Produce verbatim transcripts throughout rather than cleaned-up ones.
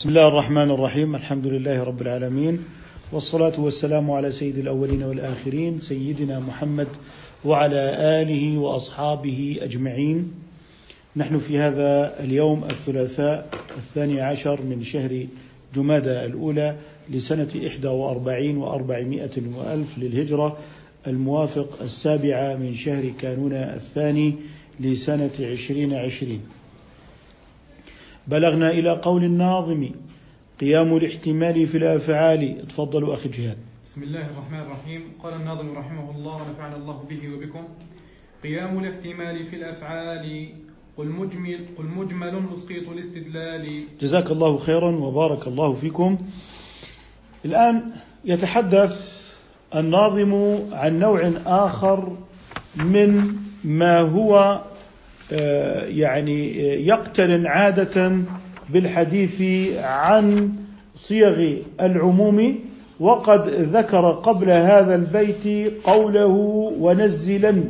بسم الله الرحمن الرحيم. الحمد لله رب العالمين، والصلاة والسلام على سيد الأولين والآخرين سيدنا محمد وعلى آله وأصحابه أجمعين. نحن في هذا اليوم الثلاثاء الثاني عشر من شهر جمادى الأولى لسنة إحدى وأربعين وأربعمائة وألف للهجرة، الموافق السابعة من شهر كانون الثاني لسنة عشرين عشرين. بلغنا إلى قول الناظم: قيام الاحتمال في الأفعال. تفضلوا أخي جهاد. بسم الله الرحمن الرحيم. قال الناظم رحمه الله ونفعنا الله به وبكم: قيام الاحتمال في الأفعال قل مجمل, قل مجمل مسقط الاستدلال. جزاك الله خيرا وبارك الله فيكم. الآن يتحدث الناظم عن نوع آخر من ما هو يعني يقترن عادة بالحديث عن صيغ العموم، وقد ذكر قبل هذا البيت قوله ونزلا.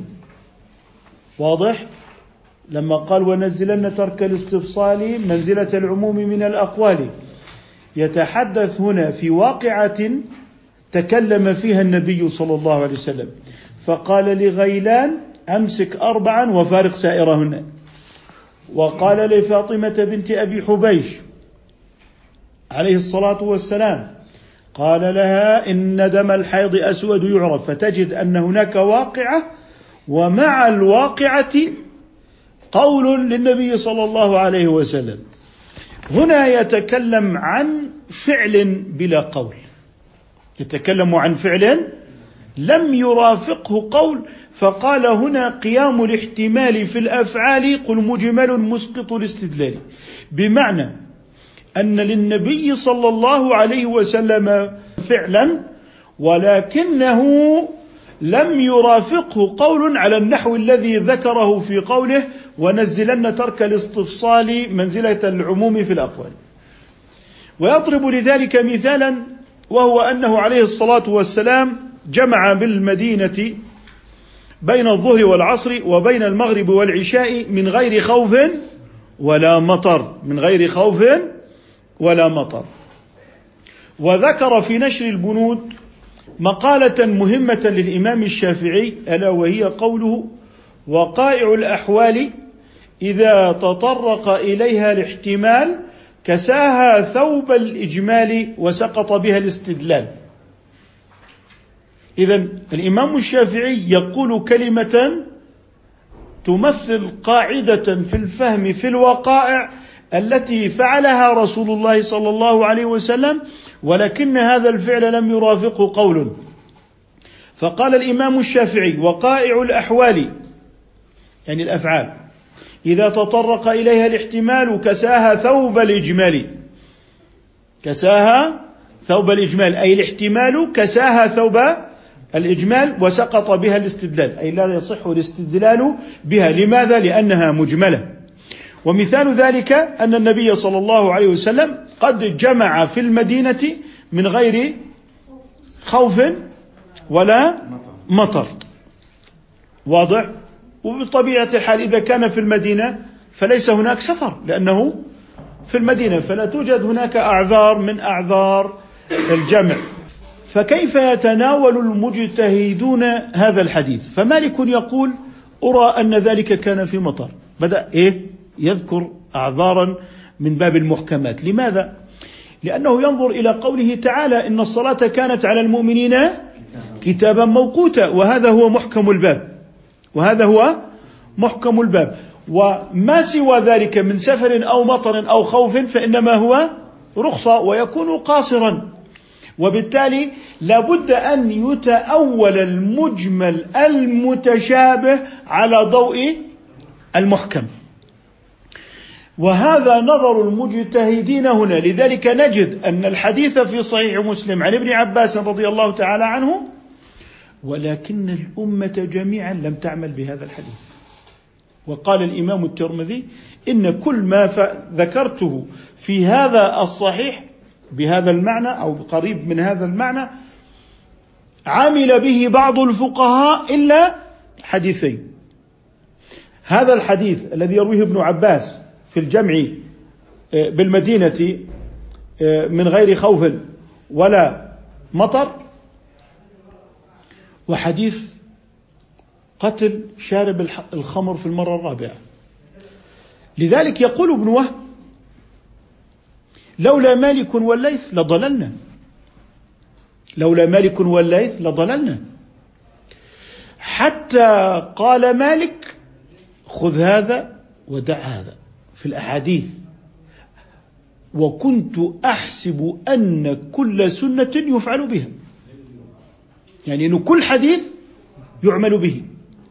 واضح؟ لما قال ونزلن ترك الاستفصال منزلة العموم من الأقوال، يتحدث هنا في واقعة تكلم فيها النبي صلى الله عليه وسلم، فقال لغيلان: أمسك أربعا وفارق سائرهن. وقال لفاطمة بنت أبي حبيش عليه الصلاة والسلام، قال لها: إن دم الحيض أسود يعرف. فتجد أن هناك واقعة، ومع الواقعة قول للنبي صلى الله عليه وسلم. هنا يتكلم عن فعل بلا قول، يتكلم عن فعل لم يرافقه قول، فقال هنا: قيام الاحتمال في الأفعال قل مجمل مسقط الاستدلال. بمعنى أن للنبي صلى الله عليه وسلم فعلا، ولكنه لم يرافقه قول على النحو الذي ذكره في قوله ونزلن ترك الاستفصال منزلة العموم في الأقوال. ويضرب لذلك مثالا، وهو أنه عليه الصلاة والسلام جمع بالمدينة بين الظهر والعصر وبين المغرب والعشاء من غير خوف ولا مطر، من غير خوف ولا مطر. وذكر في نشر البنود مقالة مهمة للإمام الشافعي، ألا وهي قوله: وقائع الأحوال إذا تطرق إليها الاحتمال كساها ثوب الإجمال وسقط بها الاستدلال. إذن الإمام الشافعي يقول كلمة تمثل قاعدة في الفهم في الوقائع التي فعلها رسول الله صلى الله عليه وسلم، ولكن هذا الفعل لم يرافقه قول. فقال الإمام الشافعي: وقائع الأحوال يعني الأفعال إذا تطرق إليها الاحتمال كساها ثوب الإجمال. كساها ثوب الإجمال أي الاحتمال كساها ثوب الإجمال وسقط بها الاستدلال، أي لا يصح الاستدلال بها. لماذا؟ لأنها مجملة. ومثال ذلك أن النبي صلى الله عليه وسلم قد جمع في المدينة من غير خوف ولا مطر. واضح؟ وبطبيعة الحال إذا كان في المدينة فليس هناك سفر، لأنه في المدينة، فلا توجد هناك أعذار من أعذار الجمع. فكيف يتناول المجتهدون هذا الحديث؟ فمالك يقول: أرى أن ذلك كان في مطر. بدأ إيه؟ يذكر أعذارا من باب المحكمات. لماذا؟ لأنه ينظر إلى قوله تعالى: إن الصلاة كانت على المؤمنين كتابا موقوتا، وهذا هو محكم الباب، وهذا هو محكم الباب. وما سوى ذلك من سفر أو مطر أو خوف فإنما هو رخصة ويكون قاصرا. وبالتالي لابد أن يتأول المجمل المتشابه على ضوء المحكم، وهذا نظر المجتهدين هنا. لذلك نجد أن الحديث في صحيح مسلم عن ابن عباس رضي الله تعالى عنه: ولكن الأمة جميعا لم تعمل بهذا الحديث. وقال الإمام الترمذي: إن كل ما ذكرته في هذا الصحيح بهذا المعنى أو قريب من هذا المعنى عمل به بعض الفقهاء إلا حديثين: هذا الحديث الذي يرويه ابن عباس في الجمع بالمدينة من غير خوف ولا مطر، وحديث قتل شارب الخمر في المرة الرابعة. لذلك يقول ابن وهب: لولا مالك والليث لضللنا، لولا مالك والليث لضللنا، حتى قال مالك: خذ هذا ودع هذا في الأحاديث، وكنت أحسب أن كل سنة يفعل بها، يعني أن كل حديث يعمل به.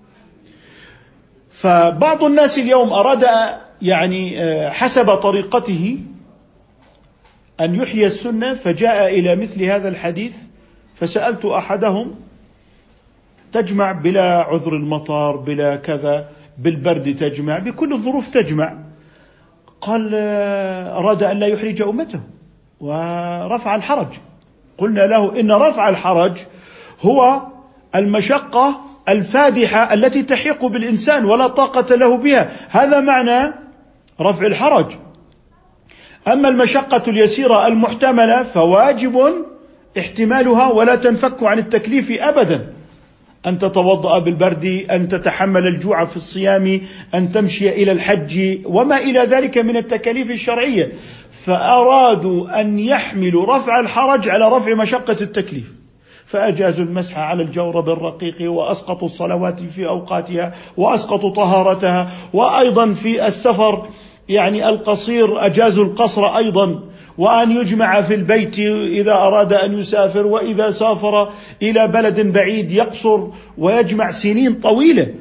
فبعض الناس اليوم أراد يعني حسب طريقته أن يحيي السنة، فجاء إلى مثل هذا الحديث، فسألت أحدهم: تجمع بلا عذر المطر، بلا كذا، بالبرد تجمع، بكل الظروف تجمع. قال: أراد أن لا يحرج أمته ورفع الحرج. قلنا له: إن رفع الحرج هو المشقة الفادحة التي تحيق بالإنسان ولا طاقة له بها، هذا معنى رفع الحرج. أما المشقة اليسيرة المحتملة فواجب احتمالها ولا تنفك عن التكليف أبدا، أن تتوضأ بالبرد، أن تتحمل الجوع في الصيام، أن تمشي إلى الحج، وما إلى ذلك من التكاليف الشرعية. فأرادوا أن يحملوا رفع الحرج على رفع مشقة التكليف، فأجازوا المسح على الجورب الرقيق، وأسقطوا الصلوات في أوقاتها، وأسقطوا طهارتها، وأيضا في السفر يعني القصير أجازوا القصر أيضا، وأن يجمع في البيت إذا أراد أن يسافر، وإذا سافر إلى بلد بعيد يقصر ويجمع سنين طويلة.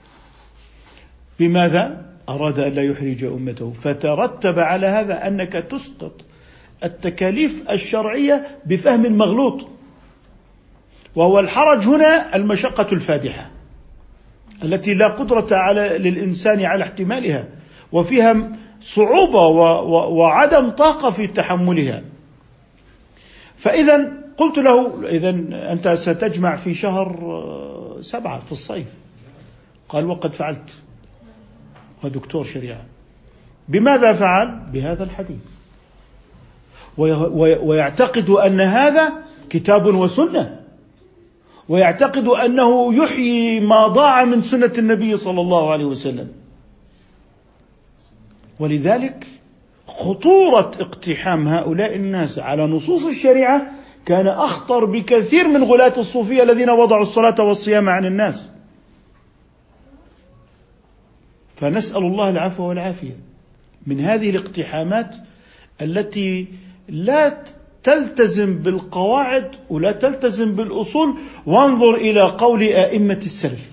بماذا؟ أراد أن لا يحرج أمته، فترتب على هذا أنك تسقط التكاليف الشرعية بفهم مغلوط، وهو الحرج هنا المشقة الفادحة التي لا قدرة على للإنسان على احتمالها، وفيها صعوبة وعدم طاقة في تحملها. فإذا قلت له: إذا أنت ستجمع في شهر سبعة في الصيف. قال: وقد فعلت، ودكتور شريعة. بماذا فعل؟ بهذا الحديث، ويعتقد أن هذا كتاب وسنة، ويعتقد أنه يحيي ما ضاع من سنة النبي صلى الله عليه وسلم. ولذلك خطورة اقتحام هؤلاء الناس على نصوص الشريعة كان أخطر بكثير من غلاة الصوفية الذين وضعوا الصلاة والصيام عن الناس. فنسأل الله العفو والعافية من هذه الاقتحامات التي لا تلتزم بالقواعد ولا تلتزم بالأصول. وانظر إلى قول أئمة السلف،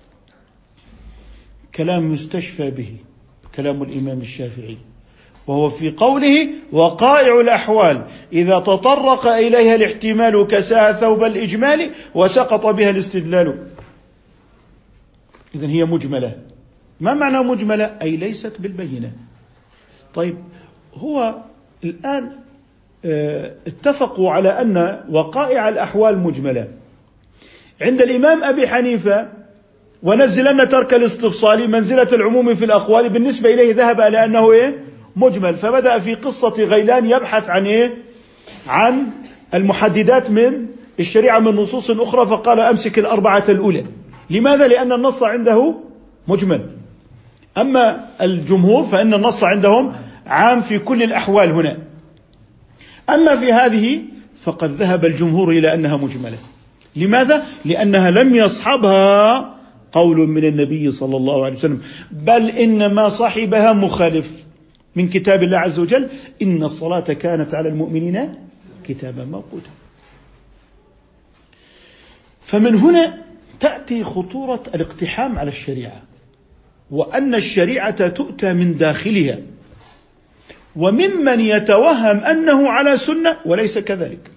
كلام يستشفى به، كلام الإمام الشافعي، وهو في قوله: وقائع الأحوال إذا تطرق إليها الاحتمال كساها ثوب الإجمال وسقط بها الاستدلال. إذن هي مجملة. ما معنى مجملة؟ أي ليست بالبينة. طيب، هو الآن اتفقوا على أن وقائع الأحوال مجملة. عند الإمام أبي حنيفة ونزلن ترك الاستفصال منزلة العموم في الأقوال، بالنسبة إليه ذهب إلى أنه إيه؟ مجمل. فبدأ في قصة غيلان يبحث عن إيه؟ عن المحددات من الشريعة من نصوص أخرى، فقال: أمسك الأربعة الأولى. لماذا؟ لأن النص عنده مجمل. أما الجمهور فإن النص عندهم عام في كل الأحوال هنا. أما في هذه فقد ذهب الجمهور إلى أنها مجملة. لماذا؟ لأنها لم يصحبها قول من النبي صلى الله عليه وسلم، بل إنما صاحبها مخالف من كتاب الله عز وجل: إن الصلاة كانت على المؤمنين كتابا موقوتا. فمن هنا تأتي خطورة الاقتحام على الشريعة، وأن الشريعة تؤتى من داخلها، وممن يتوهم أنه على سنة وليس كذلك،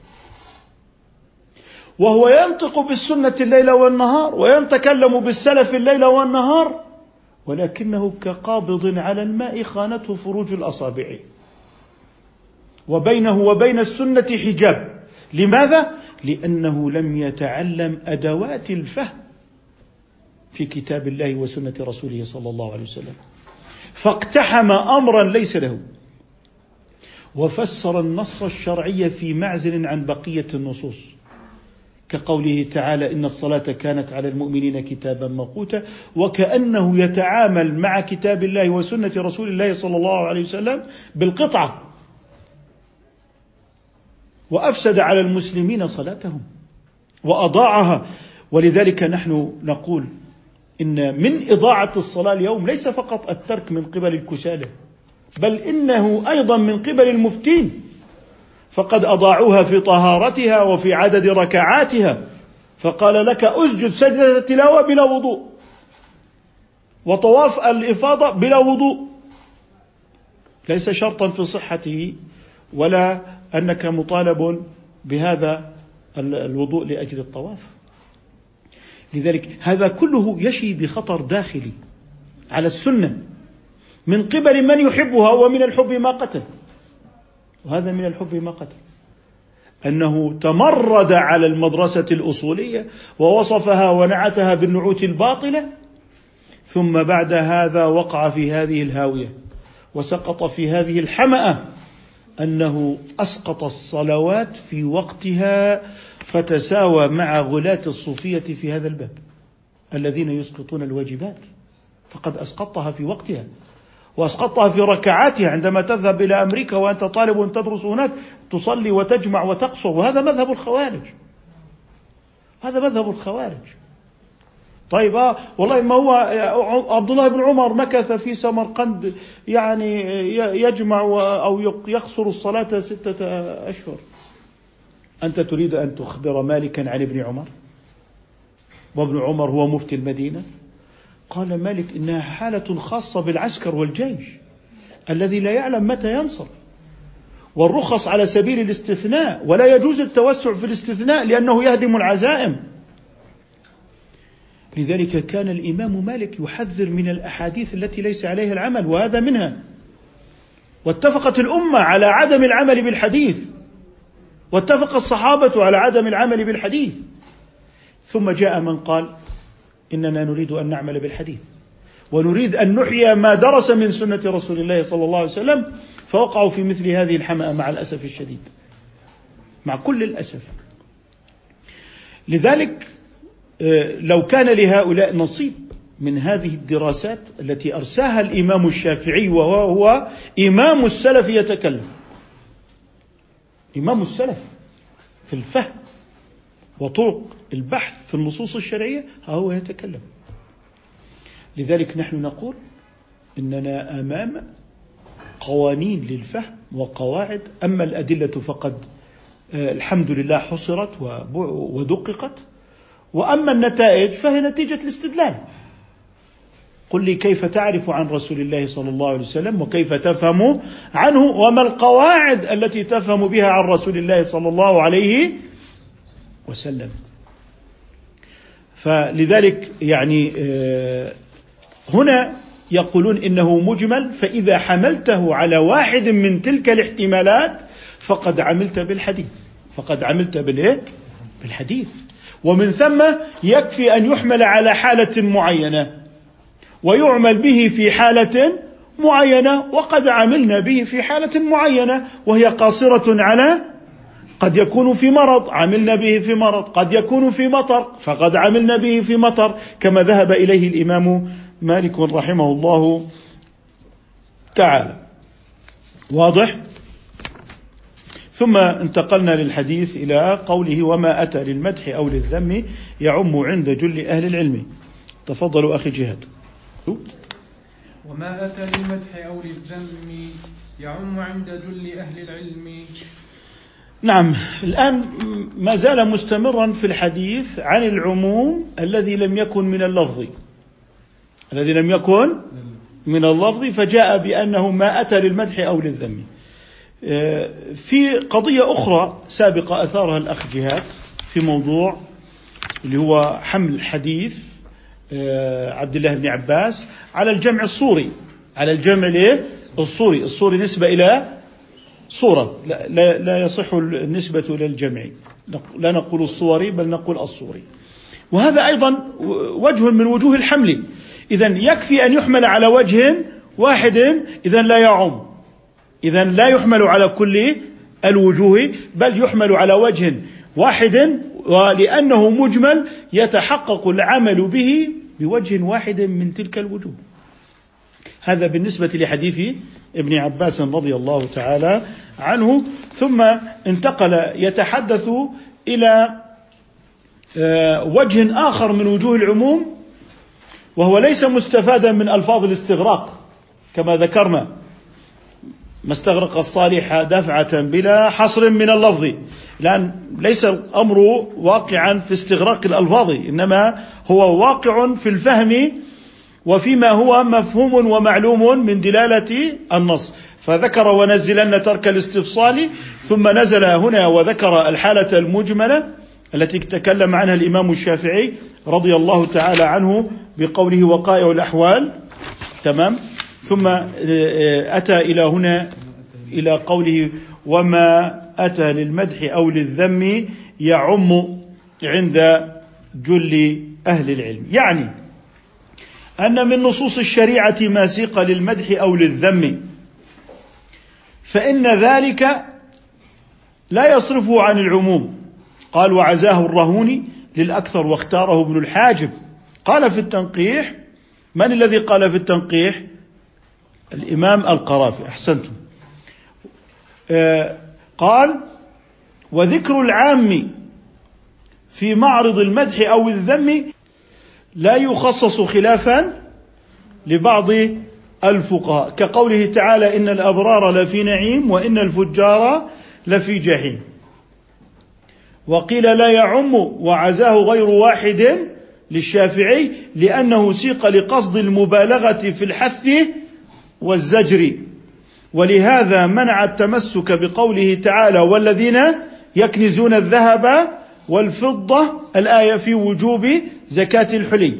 وهو ينطق بالسنة الليل والنهار ويتكلم بالسلف الليل والنهار، ولكنه كقابض على الماء خانته فروج الأصابع، وبينه وبين السنة حجاب. لماذا؟ لأنه لم يتعلم أدوات الفهم في كتاب الله وسنة رسوله صلى الله عليه وسلم، فاقتحم أمرا ليس له. وفسر النص الشرعي في معزل عن بقية النصوص، كقوله تعالى إن الصلاة كانت على المؤمنين كتابا موقوتا، وكأنه يتعامل مع كتاب الله وسنة رسول الله صلى الله عليه وسلم بالقطعة، وأفسد على المسلمين صلاتهم وأضاعها. ولذلك نحن نقول إن من إضاعة الصلاة اليوم ليس فقط الترك من قبل الكسالى، بل إنه أيضا من قبل المفتين، فقد أضاعوها في طهارتها وفي عدد ركعاتها، فقال لك أسجد سجدة التلاوة بلا وضوء، وطواف الإفاضة بلا وضوء، ليس شرطا في صحته ولا أنك مطالب بهذا الوضوء لأجل الطواف. لذلك هذا كله يشي بخطر داخلي على السنة من قبل من يحبها، ومن الحب ما قتل، وهذا من الحب ما قتل، أنه تمرد على المدرسة الأصولية ووصفها ونعتها بالنعوت الباطلة، ثم بعد هذا وقع في هذه الهاوية وسقط في هذه الحمأة، أنه أسقط الصلوات في وقتها، فتساوى مع غلاة الصوفية في هذا الباب الذين يسقطون الواجبات، فقد أسقطها في وقتها، وأسقطها في ركعاتها. عندما تذهب إلى أمريكا وأنت طالب تدرس هناك تصلي وتجمع وتقصر، وهذا مذهب الخوارج، هذا مذهب الخوارج. طيب آه والله ما هو عبد الله بن عمر مكث في سمرقند يعني يجمع أو يقصر الصلاة ستة أشهر، أنت تريد أن تخبر مالكا عن ابن عمر، وابن عمر هو مفتي المدينة؟ قال مالك إنها حالة خاصة بالعسكر والجيش الذي لا يعلم متى ينصر، والرخص على سبيل الاستثناء، ولا يجوز التوسع في الاستثناء لأنه يهدم العزائم. لذلك كان الإمام مالك يحذر من الأحاديث التي ليس عليها العمل، وهذا منها. واتفقت الأمة على عدم العمل بالحديث، واتفق الصحابة على عدم العمل بالحديث، ثم جاء من قال إننا نريد أن نعمل بالحديث، ونريد أن نحيي ما درس من سنة رسول الله صلى الله عليه وسلم، فوقعوا في مثل هذه الحمأة مع الأسف الشديد، مع كل الأسف. لذلك لو كان لهؤلاء نصيب من هذه الدراسات التي أرساها الإمام الشافعي، وهو إمام السلف يتكلم، إمام السلف في الفهم وطرق البحث في النصوص الشرعية، هو يتكلم. لذلك نحن نقول إننا أمام قوانين للفهم وقواعد، أما الأدلة فقد الحمد لله حصرت ودققت، وأما النتائج فهي نتيجة الاستدلال. قل لي كيف تعرف عن رسول الله صلى الله عليه وسلم، وكيف تفهم عنه، وما القواعد التي تفهم بها عن رسول الله صلى الله عليه وسلم. فلذلك يعني هنا يقولون إنه مجمل، فإذا حملته على واحد من تلك الاحتمالات فقد عملت بالحديث، فقد عملت بالإيه؟ بالحديث. ومن ثم يكفي أن يحمل على حالة معينة ويعمل به في حالة معينة، وقد عملنا به في حالة معينة وهي قاصرة على، قد يكون في مرض عملنا به في مرض، قد يكون في مطر فقد عملنا به في مطر، كما ذهب إليه الإمام مالك رحمه الله تعالى. واضح؟ ثم انتقلنا للحديث إلى قوله وما أتى للمدح أو للذم يعم عند جل أهل العلم. تفضلوا أخي جهاد. وما أتى للمدح أو للذم يعم عند جل أهل العلم. نعم، الآن ما زال مستمرا في الحديث عن العموم الذي لم يكن من اللفظ، الذي لم يكن من اللفظ، فجاء بأنه ما أتى للمدح أو للذم. في قضية أخرى سابقة أثارها الأخ جهاد في موضوع اللي هو حمل حديث عبد الله بن عباس على الجمع الصوري، على الجمع ليه الصوري، الصوري نسبة إلى صورة، لا, لا, لا يصح النسبة إلى الجمع، لا نقول الصوري بل نقول الصوري. وهذا أيضا وجه من وجوه الحمل، إذن يكفي أن يحمل على وجه واحد، إذن لا يعم، إذن لا يحمل على كل الوجوه بل يحمل على وجه واحد، ولأنه مجمل يتحقق العمل به بوجه واحد من تلك الوجوه. هذا بالنسبة لحديث ابن عباس رضي الله تعالى عنه. ثم انتقل يتحدث إلى وجه آخر من وجوه العموم، وهو ليس مستفادا من ألفاظ الاستغراق كما ذكرنا، ما استغرق الصالح دفعة بلا حصر من اللفظ، لأن ليس الأمر واقعا في استغراق الألفاظ، إنما هو واقع في الفهم وفيما هو مفهوم ومعلوم من دلالة النص. فذكر ونزلن ترك الاستفصال، ثم نزل هنا وذكر الحالة المجملة التي تكلم عنها الإمام الشافعي رضي الله تعالى عنه بقوله وقائع الأحوال. تمام. ثم أتى إلى هنا إلى قوله وما أتى للمدح أو للذم يعم عند جل أهل العلم، يعني أن من نصوص الشريعة ما سيق للمدح أو للذم، فإن ذلك لا يصرفه عن العموم. قال وعزاه الرهوني للأكثر واختاره ابن الحاجب. قال في التنقيح، من الذي قال في التنقيح؟ الإمام القرافي. أحسنتم. آه قال وذكر العام في معرض المدح أو الذم لا يخصص خلافا لبعض الفقهاء، كقوله تعالى إن الأبرار لفي نعيم وإن الفجار لفي جحيم. وقيل لا يعم وعزاه غير واحد للشافعي لأنه سيق لقصد المبالغة في الحث والزجر، ولهذا منع التمسك بقوله تعالى والذين يكنزون الذهب والفضة الآية في وجوب زكاة الحلي.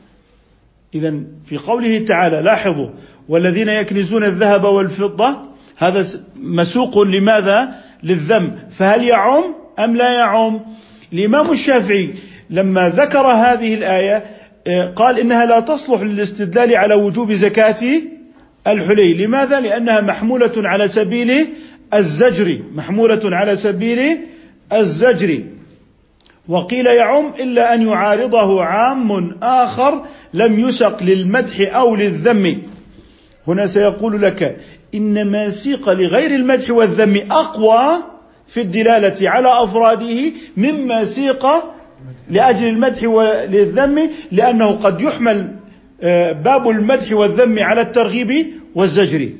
إذن في قوله تعالى لاحظوا والذين يكنزون الذهب والفضة، هذا مسوق لماذا؟ للذم. فهل يعم أم لا يعم؟ الإمام الشافعي لما ذكر هذه الآية قال إنها لا تصلح للاستدلال على وجوب زكاة الحلي. لماذا؟ لأنها محمولة على سبيل الزجر، محمولة على سبيل الزجر. وقيل يعم إلا أن يعارضه عام آخر لم يسق للمدح أو للذم. هنا سيقول لك إن ما سيق لغير المدح والذم أقوى في الدلالة على أفراده مما سيق لأجل المدح والذم، لأنه قد يحمل باب المدح والذم على الترغيب والزجر،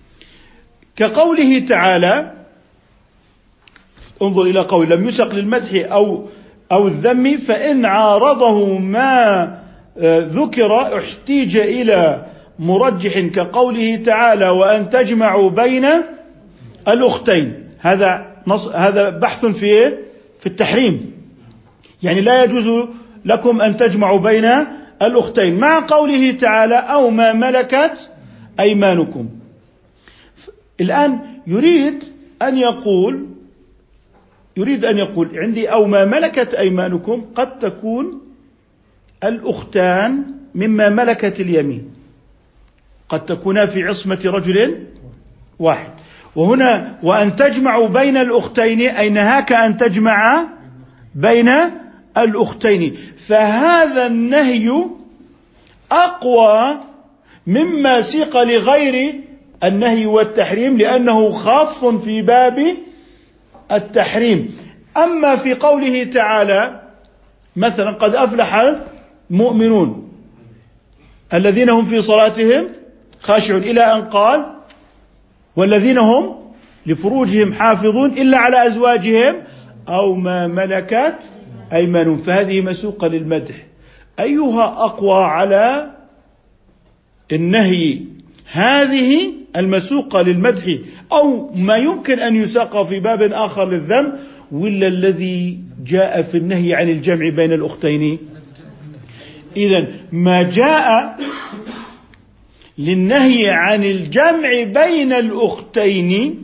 كقوله تعالى انظر إلى قول لم يسق للمدح أو أو الذم فإن عارضه ما ذكر احتيج إلى مرجح، كقوله تعالى وأن تجمعوا بين الأختين. هذا نص هذا بحث في في التحريم، يعني لا يجوز لكم أن تجمعوا بين الأختين، مع قوله تعالى أو ما ملكت أيمانكم. الآن يريد أن يقول يريد أن يقول عندي أو ما ملكت أيمانكم قد تكون الأختان مما ملكت اليمين، قد تكونا في عصمة رجل واحد. وهنا وأن تجمعوا بين الأختين أي نهاك أن تجمع بين الأختين، فهذا النهي أقوى مما سيق لغير النهي والتحريم، لأنه خاص في باب التحريم. أما في قوله تعالى مثلا قد أفلح المؤمنون الذين هم في صلاتهم خاشعون إلى أن قال والذين هم لفروجهم حافظون إلا على أزواجهم أو ما ملكت أيمانهم، فهذه مسوقة للمدح. أيها أقوى على النهي؟ هذه المسوقة للمدح أو ما يمكن أن يساق في باب آخر للذم، ولا الذي جاء في النهي عن الجمع بين الأختين؟ إذن ما جاء للنهي عن الجمع بين الأختين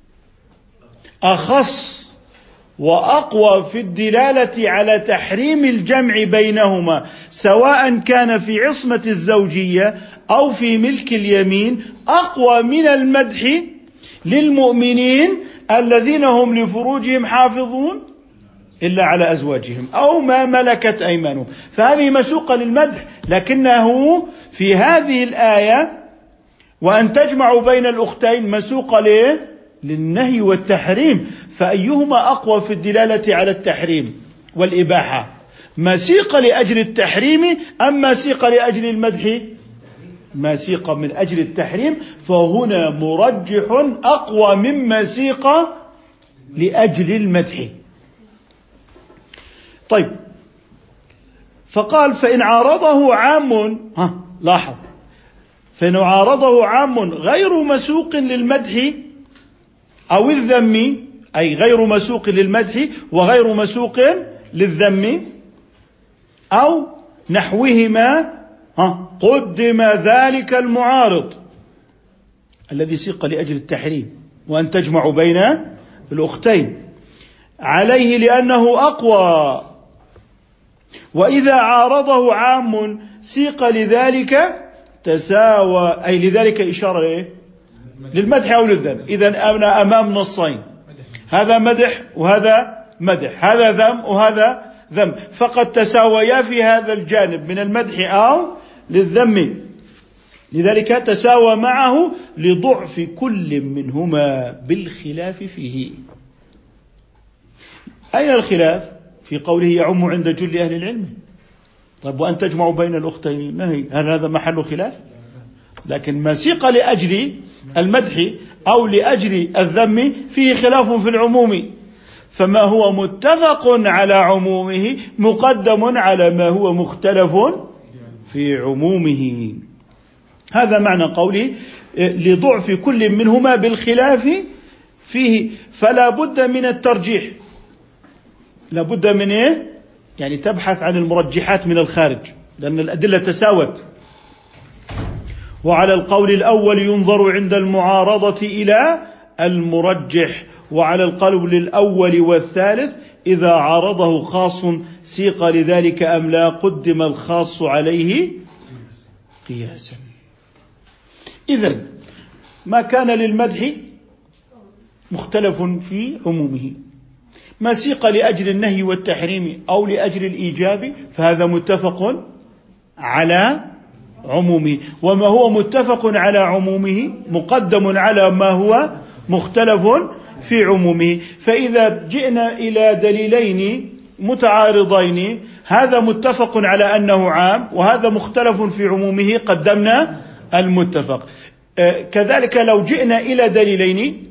أخص وأقوى في الدلالة على تحريم الجمع بينهما، سواء كان في عصمة الزوجية أو في ملك اليمين، أقوى من المدح للمؤمنين الذين هم لفروجهم حافظون إلا على أزواجهم أو ما ملكت أيمانهم. فهذه مسوقة للمدح، لكنه في هذه الآية وأن تجمعوا بين الأختين مسوقة ليه؟ للنهي والتحريم. فأيهما أقوى في الدلالة على التحريم والإباحة؟ مسيقة لأجل التحريم أم مسيقة لأجل المدح؟ مسيقة من أجل التحريم، فهنا مرجح أقوى من مسيقة لأجل المدح. طيب، فقال فإن عارضه عام، ها لاحظ، فإن عارضه عام غير مسوق للمدح أو الذم، أي غير مسوق للمدح وغير مسوق للذم أو نحوهما، ها قدم ذلك المعارض الذي سيق لأجل التحريم وأن تجمع بين الأختين عليه لأنه أقوى. وإذا عارضه عام سيق لذلك تساوى، أي لذلك إشارة إيه؟ للمدح أو للذم. إذن أنا أمام نصين، هذا مدح وهذا مدح، هذا ذم وهذا ذم، فقد تساويا في هذا الجانب من المدح أو للذم، لذلك تساوى معه لضعف كل منهما بالخلاف فيه. أين الخلاف؟ في قوله يعم عند جل أهل العلم. طيب وأن تجمع بين الأختين نهي، هل هذا محل خلاف؟ لكن مسيق لأجل المدح أو لأجل الذم فيه خلاف في العموم، فما هو متفق على عمومه مقدم على ما هو مختلف في عمومه. هذا معنى قوله لضعف كل منهما بالخلاف فيه. فلا بد من الترجيح، لا بد من إيه؟ يعني تبحث عن المرجحات من الخارج، لأن الأدلة تساوت. وعلى القول الأول ينظر عند المعارضة إلى المرجح، وعلى القول الأول والثالث إذا عارضه خاص سيق لذلك أم لا قدم الخاص عليه قياسا. إذن ما كان للمدح مختلف في عمومه، ما سيق لأجل النهي والتحريم أو لأجل الإيجاب فهذا متفق على عمومه، وما هو متفق على عمومه مقدم على ما هو مختلف في عمومه. فإذا جئنا إلى دليلين متعارضين، هذا متفق على أنه عام وهذا مختلف في عمومه، قدمنا المتفق. كذلك لو جئنا إلى دليلين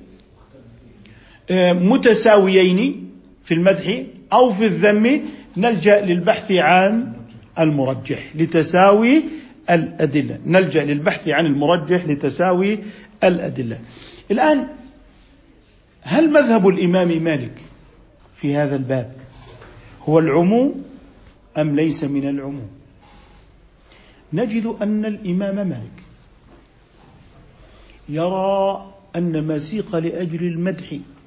متساويين في المدح أو في الذم نلجأ للبحث عن المرجح لتساوي الأدلة، نلجأ للبحث عن المرجح لتساوي الأدلة. الآن هل مذهب الإمام مالك في هذا الباب هو العموم أم ليس من العموم؟ نجد أن الإمام مالك يرى أن ما سيق لأجل المدح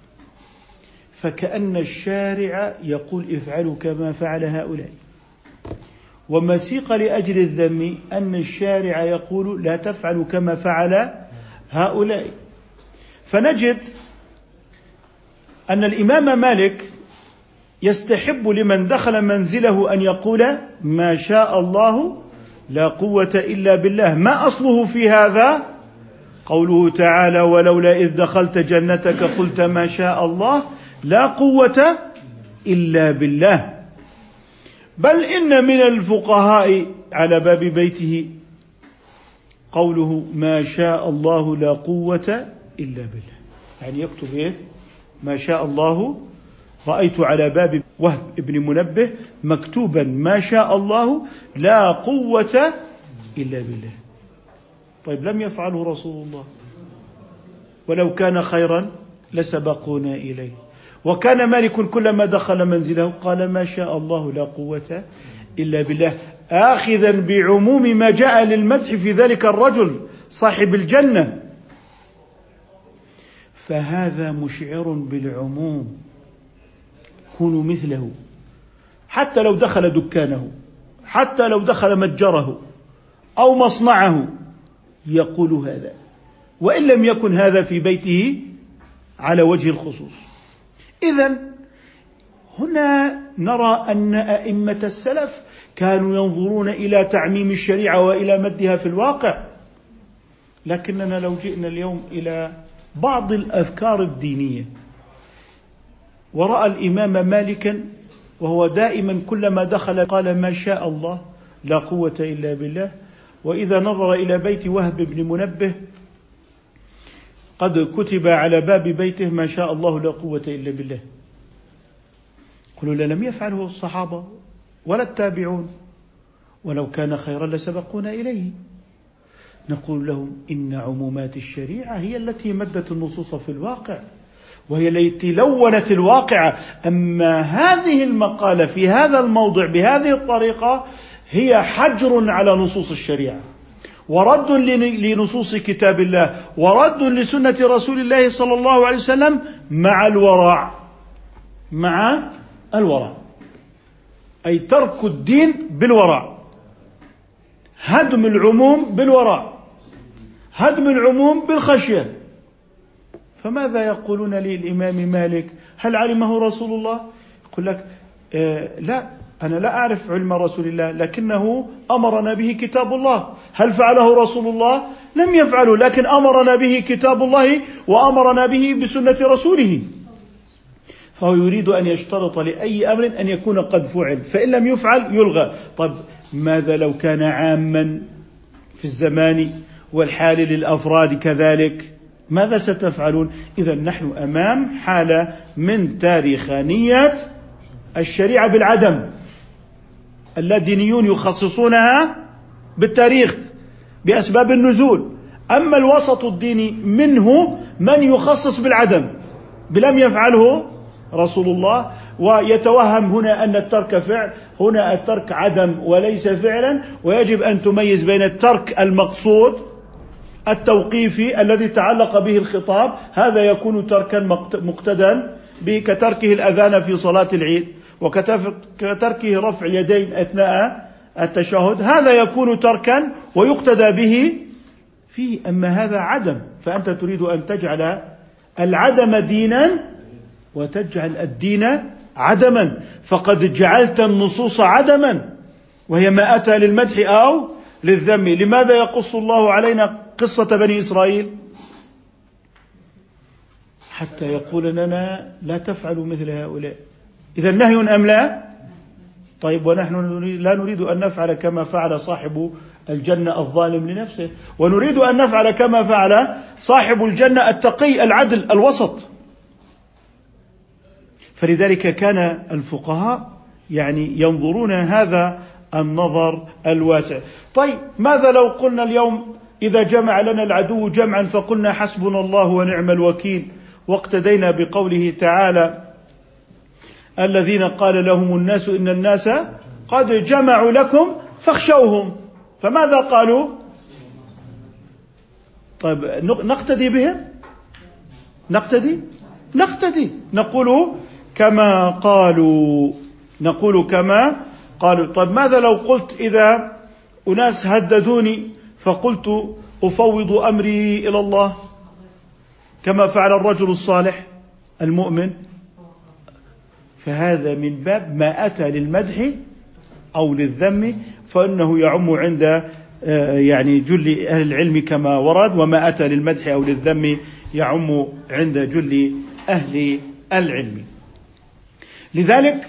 فكأن الشارع يقول افعلوا كما فعل هؤلاء، وما سيق لأجل الذم أن الشارع يقول لا تفعلوا كما فعل هؤلاء. فنجد أن الإمام مالك يستحب لمن دخل منزله أن يقول ما شاء الله لا قوة إلا بالله. ما أصله في هذا؟ قوله تعالى ولولا إذ دخلت جنتك قلت ما شاء الله لا قوة إلا بالله. بل إن من الفقهاء على باب بيته قوله ما شاء الله لا قوة إلا بالله، يعني يكتب إيه؟ ما شاء الله. رأيت على باب وهب ابن منبه مكتوبا ما شاء الله لا قوة إلا بالله. طيب لم يفعله رسول الله، ولو كان خيرا لسبقونا إليه. وكان مالك كلما دخل منزله قال ما شاء الله لا قوة إلا بالله، آخذا بعموم ما جاء للمدح في ذلك الرجل صاحب الجنة. فهذا مشعر بالعموم، كونوا مثله، حتى لو دخل دكانه، حتى لو دخل متجره أو مصنعه يقول هذا، وإن لم يكن هذا في بيته على وجه الخصوص. إذن هنا نرى أن أئمة السلف كانوا ينظرون إلى تعميم الشريعة وإلى مدها في الواقع. لكننا لو جئنا اليوم إلى بعض الأفكار الدينية ورأى الإمام مالكا وهو دائما كلما دخل قال ما شاء الله لا قوة إلا بالله، وإذا نظر إلى بيت وهب بن منبه قد كتب على باب بيته ما شاء الله لا قوة إلا بالله، قلوا لا لم يفعله الصحابة ولا التابعون، ولو كان خيرا لسبقونا إليه. نقول لهم إن عمومات الشريعة هي التي مدت النصوص في الواقع، وهي التي لونت الواقع. أما هذه المقالة في هذا الموضع بهذه الطريقة هي حجر على نصوص الشريعة، ورد لنصوص كتاب الله، ورد لسنة رسول الله صلى الله عليه وسلم، مع الورع مع الورع أي ترك الدين بالورع، هدم العموم بالورع، هدم العموم بالخشية. فماذا يقولون للإمام مالك؟ هل علمه رسول الله؟ يقول لك آه لا، أنا لا أعرف علم رسول الله، لكنه أمرنا به كتاب الله. هل فعله رسول الله؟ لم يفعله، لكن أمرنا به كتاب الله وأمرنا به بسنة رسوله. فهو يريد أن يشترط لأي أمر أن يكون قد فعل، فإن لم يفعل يلغى. طب ماذا لو كان عاما في الزمان والحال للأفراد كذلك؟ ماذا ستفعلون؟ إذا نحن أمام حالة من تاريخانية الشريعة بالعدم. اللادينيون يخصصونها بالتاريخ بأسباب النزول، أما الوسط الديني منه من يخصص بالعدم بلم يفعله رسول الله، ويتوهم هنا أن الترك فعل، هنا الترك عدم وليس فعلا. ويجب أن تميز بين الترك المقصود التوقيفي الذي تعلق به الخطاب، هذا يكون تركا مقتدى به كتركه الأذان في صلاة العيد، وكتركه رفع اليدين أثناء التشهد، هذا يكون تركا ويقتدى به فيه. أما هذا عدم، فأنت تريد أن تجعل العدم دينا وتجعل الدين عدما، فقد جعلت النصوص عدما وهي ما أتى للمدح أو للذم. لماذا يقص الله علينا قصة بني إسرائيل؟ حتى يقول لنا لا تفعلوا مثل هؤلاء. إذا نهي أم لا؟ طيب ونحن لا نريد أن نفعل كما فعل صاحب الجنة الظالم لنفسه، ونريد أن نفعل كما فعل صاحب الجنة التقي العدل الوسط. فلذلك كان الفقهاء يعني ينظرون هذا النظر الواسع. طيب ماذا لو قلنا اليوم إذا جمع لنا العدو جمعا فقلنا حسبنا الله ونعم الوكيل، واقتدينا بقوله تعالى الذين قال لهم الناس إن الناس قد جمعوا لكم فاخشوهم، فماذا قالوا؟ طيب نقتدي بهم؟ نقتدي؟ نقتدي، نقول كما قالوا، نقول كما قالوا. طيب ماذا لو قلت إذا أناس هددوني فقلت أفوض أمري إلى الله كما فعل الرجل الصالح المؤمن؟ فهذا من باب ما أتى للمدح أو للذم، فإنه يعم عند يعني جل أهل العلم كما ورد، وما أتى للمدح أو للذم يعم عند جل أهل العلم. لذلك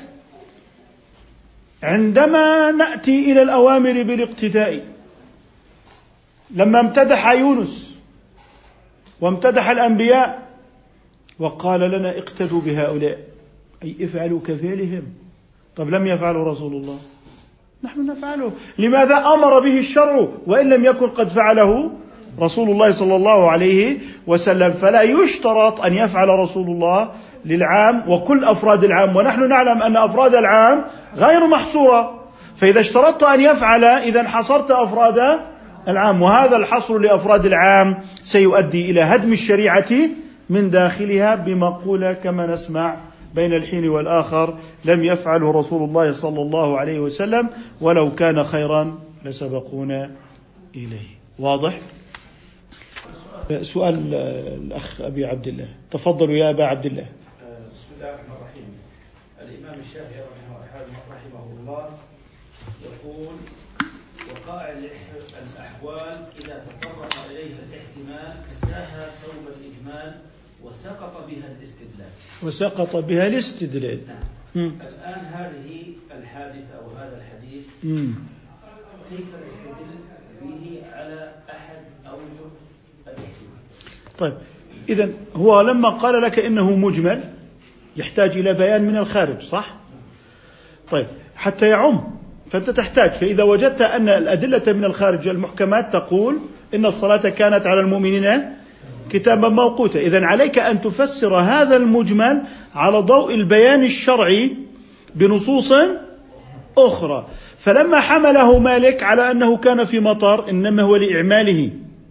عندما نأتي إلى الأوامر بالاقتداء، لما امتدح يونس وامتدح الأنبياء وقال لنا اقتدوا بهؤلاء أي افعلوا كفعلهم، طب لم يفعله رسول الله؟ نحن نفعله. لماذا؟ أمر به الشرع وإن لم يكن قد فعله رسول الله صلى الله عليه وسلم. فلا يشترط أن يفعل رسول الله للعام وكل أفراد العام، ونحن نعلم أن أفراد العام غير محصورة، فإذا اشترطت أن يفعل إذن حصرت أفراد العام، وهذا الحصر لأفراد العام سيؤدي إلى هدم الشريعة من داخلها بمقولة كما نسمع بين الحين والآخر لم يفعله رسول الله صلى الله عليه وسلم ولو كان خيرا لسبقونا إليه. واضح؟ سؤال الأخ أبي عبد الله، تفضلوا يا أبا عبد الله. بسم الله الرحمن الرحيم. الإمام الشافعي رحمه الله يقول: وقائع الأحوال إذا تطرق إليها الاحتمال كساها ثوب الإجمال وسقط بها الاستدلال. وسقط بها الاستدلال. نعم. الآن هذه الحادثة أو هذا الحديث مم. كيف نستدل به على أحد أوجه الاحتمال؟ طيب، إذن هو لما قال لك إنه مجمل يحتاج إلى بيان من الخارج، صح؟ طيب، حتى يعم فأنت تحتاج، فإذا وجدت أن الأدلة من الخارج المحكمات تقول إن الصلاة كانت على المؤمنين كتابا موقوتا، إذن عليك أن تفسر هذا المجمل على ضوء البيان الشرعي بنصوص أخرى. فلما حمله مالك على أنه كان في مطر إنما هو لإعماله،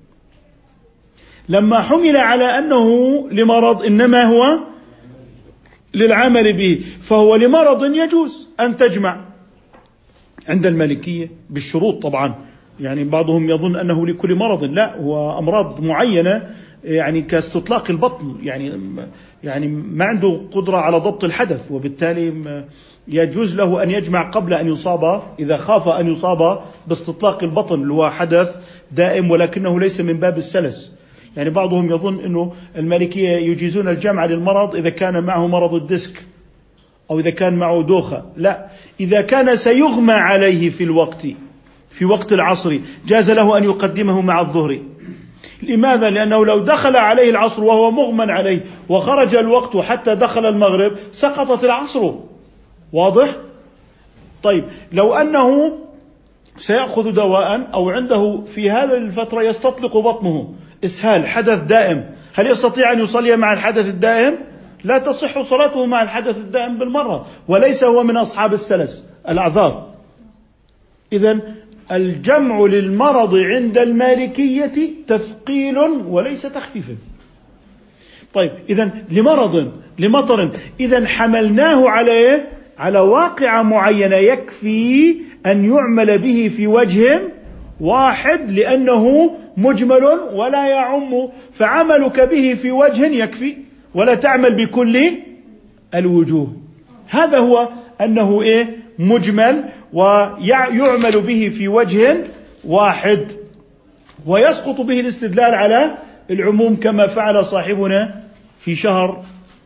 لما حمل على أنه لمرض إنما هو للعمل به، فهو لمرض يجوز أن تجمع عند المالكية بالشروط طبعا. يعني بعضهم يظن أنه لكل مرض، لا، هو أمراض معينة يعني كاستطلاق البطن، يعني يعني ما عنده قدرة على ضبط الحدث، وبالتالي يجوز له أن يجمع قبل أن يصاب إذا خاف أن يصاب باستطلاق البطن اللي هو حدث دائم ولكنه ليس من باب السلس. يعني بعضهم يظن أنه المالكية يجيزون الجمع للمرض إذا كان معه مرض الديسك أو إذا كان معه دوخة، لا، إذا كان سيغمى عليه في الوقت في وقت العصر جاز له أن يقدمه مع الظهر. لماذا؟ لأنه لو دخل عليه العصر وهو مغمى عليه وخرج الوقت حتى دخل المغرب سقطت العصر. واضح؟ طيب، لو أنه سيأخذ دواء أو عنده في هذه الفترة يستطلق بطنه إسهال حدث دائم، هل يستطيع أن يصلي مع الحدث الدائم؟ لا تصح صلاته مع الحدث الدائم بالمرة، وليس هو من أصحاب السلس الأعذار. إذن الجمع للمرض عند المالكية تثقيل وليس تخفيفا. طيب، إذن لمرض لمطر، إذن حملناه عليه على واقعة معينة يكفي أن يعمل به في وجه واحد لأنه مجمل ولا يعم، فعملك به في وجه يكفي ولا تعمل بكل الوجوه. هذا هو أنه إيه مجمل ويعمل به في وجه واحد ويسقط به الاستدلال على العموم كما فعل صاحبنا في شهر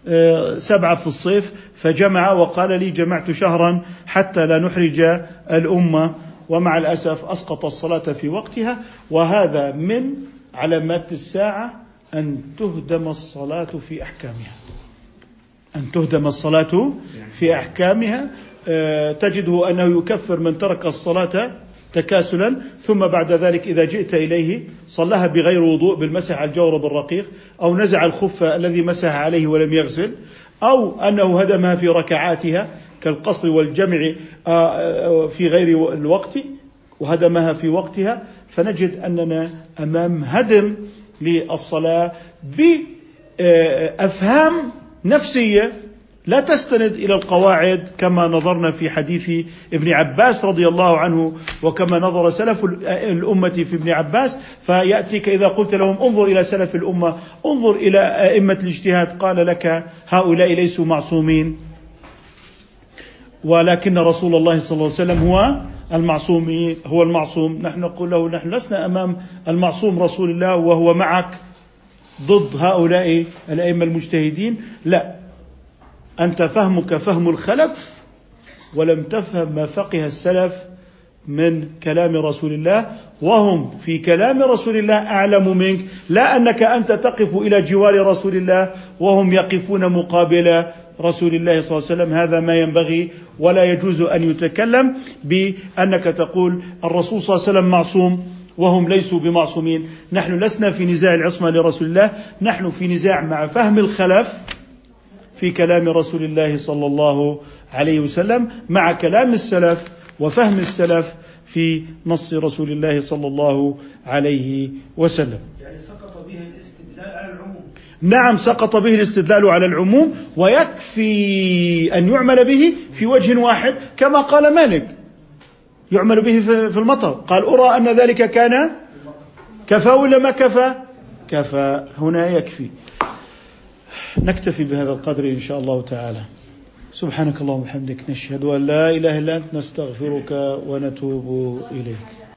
سبعة في الصيف، فجمع وقال لي جمعت شهرا حتى لا نحرج الأمة، ومع الأسف أسقط الصلاة في وقتها. وهذا من علامات الساعة أن تهدم الصلاة في أحكامها، أن تهدم الصلاة في أحكامها. تجده أنه يكفر من ترك الصلاة تكاسلا، ثم بعد ذلك إذا جئت إليه صلىها بغير وضوء بالمسح على الجورب الرقيق، أو نزع الخف الذي مسح عليه ولم يغسل، أو أنه هدمها في ركعاتها كالقصر والجمع في غير الوقت وهدمها في وقتها. فنجد أننا أمام هدم للصلاة بأفهام نفسية لا تستند إلى القواعد كما نظرنا في حديث ابن عباس رضي الله عنه، وكما نظر سلف الأمة في ابن عباس. فيأتيك إذا قلت لهم انظر إلى سلف الأمة، انظر إلى أئمة الاجتهاد، قال لك هؤلاء ليسوا معصومين، ولكن رسول الله صلى الله عليه وسلم هو المعصوم هو المعصوم. نحن نقول له نحن لسنا أمام المعصوم رسول الله وهو معك ضد هؤلاء الأئمة المجتهدين، لا، أنت فهمك فهم الخلف ولم تفهم ما فقه السلف من كلام رسول الله، وهم في كلام رسول الله أعلم منك، لا أنك أنت تقف إلى جوار رسول الله وهم يقفون مقابل رسول الله صلى الله عليه وسلم. هذا ما ينبغي، ولا يجوز أن يتكلم بأنك تقول الرسول صلى الله عليه وسلم معصوم وهم ليسوا بمعصومين. نحن لسنا في نزاع العصمة لرسول الله، نحن في نزاع مع فهم الخلف في كلام رسول الله صلى الله عليه وسلم مع كلام السلف وفهم السلف في نص رسول الله صلى الله عليه وسلم. يعني سقط به الاستدلال على العموم. نعم، سقط به الاستدلال على العموم، ويكفي أن يعمل به في وجه واحد كما قال مالك، يعمل به في المطر. قال أرى أن ذلك كان كفى ولا ما كفى؟ كفى، هنا يكفي. نكتفي بهذا القدر إن شاء الله تعالى. سبحانك اللهم وبحمدك، نشهد أن لا إله إلا أنت، نستغفرك ونتوب إليك.